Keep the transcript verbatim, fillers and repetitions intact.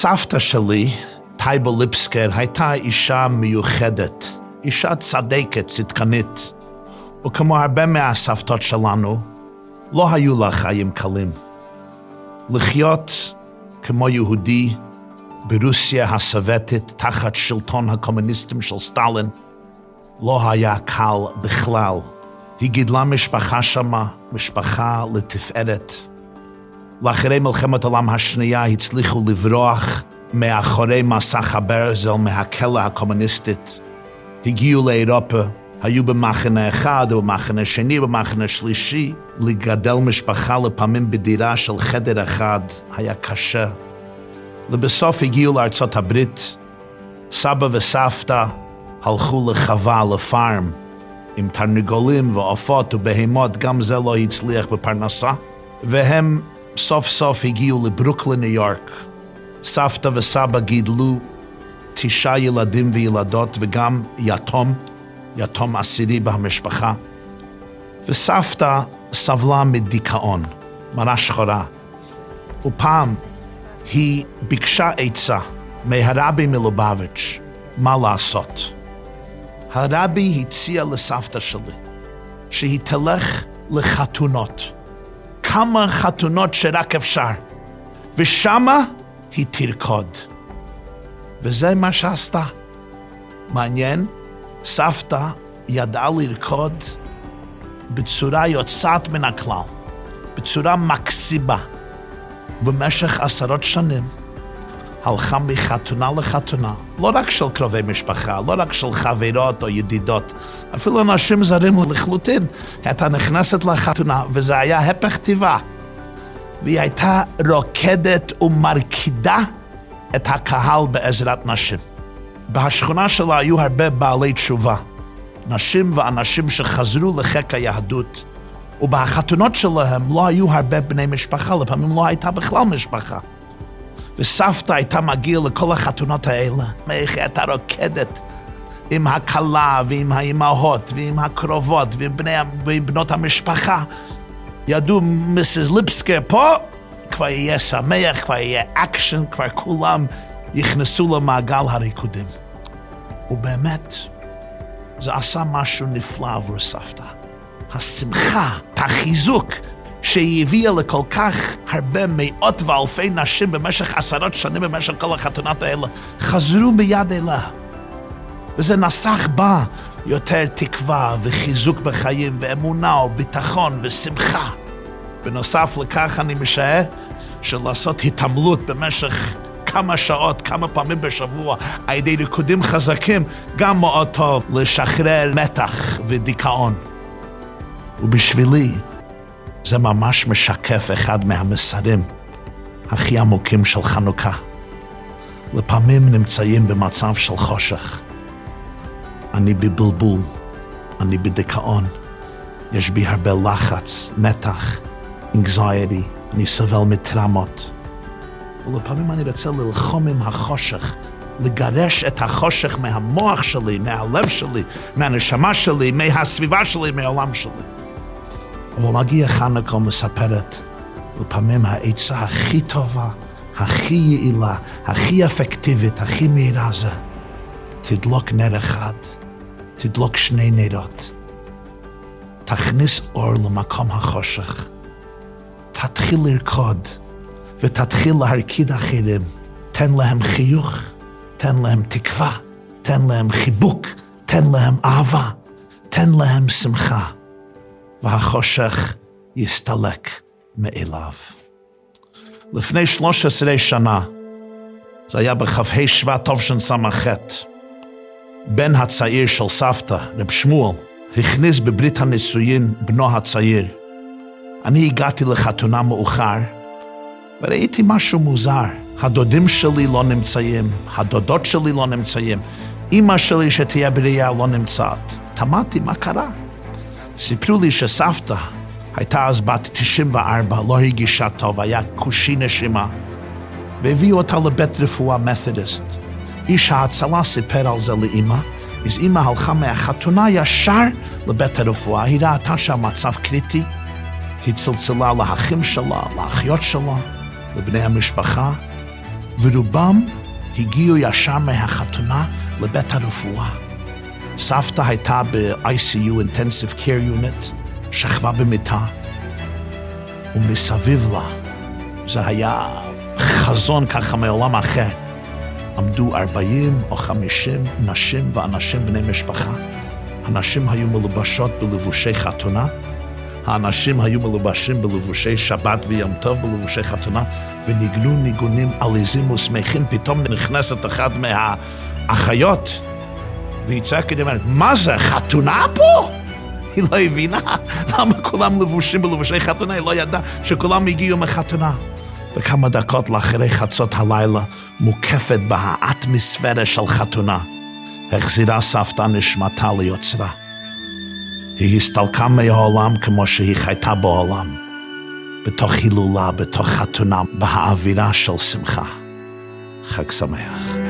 סבתא שלי, טייבה ליפסקר, הייתה אישה מיוחדת, אישה צדקת, צדקנית, וכמו הרבה מהסבתות שלנו, לא היו לה חיים קלים. לחיות כמו יהודי ברוסיה הסובייטית תחת שלטון הקומוניסטים של סטלין לא היה קל בכלל. היא גידלה משפחה שמה, משפחה לתפארת. לאחרי מלחמת העולם השנייה הצליחו לברוח מאחורי מסך הברזל מהכלא הקומוניסטית. הגיעו לאירופה, היו במחנה אחד או במחנה שני או במחנה שלישי. לגדל משפחה לפעמים בדירה של חדר אחד היה קשה. לבסוף הגיעו לארצות הברית. סבא וסבתא הלכו לחווה, לפארם, עם תרנגולים ועופות ובהמות. גם זה לא הצליח בפרנסה. והם סוף סוף הגיעו לברוקלין, ניו יורק. סבתא וסבא גידלו תשעה ילדים וילדות וגם יתום, יתום עשירי במשפחה. וסבתא סבלה מדיכאון, מרה שחורה. ופעם היא ביקשה עצה מהרבי מלובביץ' מה לעשות. הרבי הציע לסבתא שלי שהיא תלך לחתונות, כמה חתונות שרק אפשר, ושמה היא תרקוד. וזה מה שעשתה. מעניין, סבתא ידעה לרקוד בצורה יוצאת מן הכלל, בצורה מקסימה. במשך עשרות שנים הלכה מחתונה לחתונה, לא רק של קרובי משפחה, לא רק של חברות או ידידות, אפילו אנשים זרים לחלוטין. הייתה נכנסת לחתונה, וזה היה הפך טבעה. והיא הייתה רוקדת ומרקידה את הקהל בעזרת נשים. בשכונה שלה היו הרבה בעלי תשובה, נשים ואנשים שחזרו לחיק היהדות, ובחתונות שלהם לא היו הרבה בני משפחה, לפעמים לא הייתה בכלל משפחה. וסבתא הייתה מגיעה לכל החתונות האלה, איך הייתה רוקדת עם הכלה ועם האימהות ועם הקרובות ועם, בני, ועם בנות המשפחה. ידעו מיסס ליפסקר פה, כבר יהיה שמח, כבר יהיה אקשן, כבר כולם יכנסו למעגל הריקודים. ובאמת, זה עשה משהו נפלא עבור סבתא. השמחה, החיזוק שהיא הביאה לכל כך הרבה מאות ואלפי נשים במשך עשרות שנים, במשך כל החתונות האלה, חזרו מיד אליה. וזה נסח בה יותר תקווה וחיזוק בחיים ואמונה וביטחון ושמחה. בנוסף לכך אני משער שלעשות התעמלות במשך כמה שעות, כמה פעמים בשבוע, על ידי ריקודים חזקים, גם מאוד טוב לשחרר מתח ודיכאון. ובשבילי זה ממש משקף אחד מהמסרים הכי עמוקים של חנוכה. לפעמים נמצאים במצב של חושך. אני בבלבול, אני בדיכאון, יש בי הרבה לחץ, מתח, anxiety, אני סובל מטראומות. ולפעמים אני רוצה ללחום עם החושך, לגרש את החושך מהמוח שלי, מהלב שלי, מהנשמה שלי, מהסביבה שלי, מהעולם שלי. אבל מגיע חנוכה ומספרת, לפעמים העצה הכי טובה, הכי יעילה, הכי אפקטיבית, הכי מהירה זה, תדלוק נר אחד, תדלוק שני נרות, תכניס אור למקום החושך, תתחיל לרקוד, ותתחיל להרקיד אחרים, תן להם חיוך, תן להם תקווה, תן להם חיבוק, תן להם אהבה, תן להם שמחה, והחושך יסתלק מאליו. לפני שלוש עשרה שנה, זה היה בכ"ה שבט תשס"ח, בן הצעיר של סבתא, רב שמואל, הכניס בברית הנישואין בנו הצעיר. אני הגעתי לחתונה מאוחר, וראיתי משהו מוזר. הדודים שלי לא נמצאים, הדודות שלי לא נמצאים, אמא שלי שתהיה בריאה לא נמצאת. תמדתי מה קרה. סיפרו לי שסבתא הייתה אז בת תשעים וארבע, לא הרגישה טוב, היה קושי נשימה, והביאו אותה לבית רפואה מתודיסט. איש ההצלה סיפר על זה לאמא, אז אמא הלכה מהחתונה ישר לבית הרפואה, היא ראתה שהמצב קריטי, היא צלצלה לאחים שלה, לאחיות שלה, לבני המשפחה, ורובם הגיעו ישר מהחתונה לבית הרפואה. סבתא הייתה ב-איי סי יו, Intensive Care Unit, שכבה במיטה, ומסביב לה, זה היה חזון ככה מעולם אחר, עמדו ארבעים או חמישים נשים ואנשים בני משפחה. הנשים היו מלובשות בלבושי חתונה, האנשים היו מלובשים בלבושי שבת ויום טוב, בלבושי חתונה, וניגנו ניגונים עליזים ושמחים. פתאום נכנסת אחת מהאחיות, והיא צועקת, מה זה, חתונה פה? היא לא הבינה למה כולם לבושים בלבושי חתונה, היא לא ידעה שכולם הגיעו מחתונה. וכמה דקות לאחרי חצות הלילה, מוקפת באטמוספירה של חתונה, החזירה סבתא נשמתה ליוצרה. היא הסתלקה מהעולם כמו שהיא חייתה בעולם, בתוך הילולה, בתוך חתונה, באווירה של שמחה. חג שמח.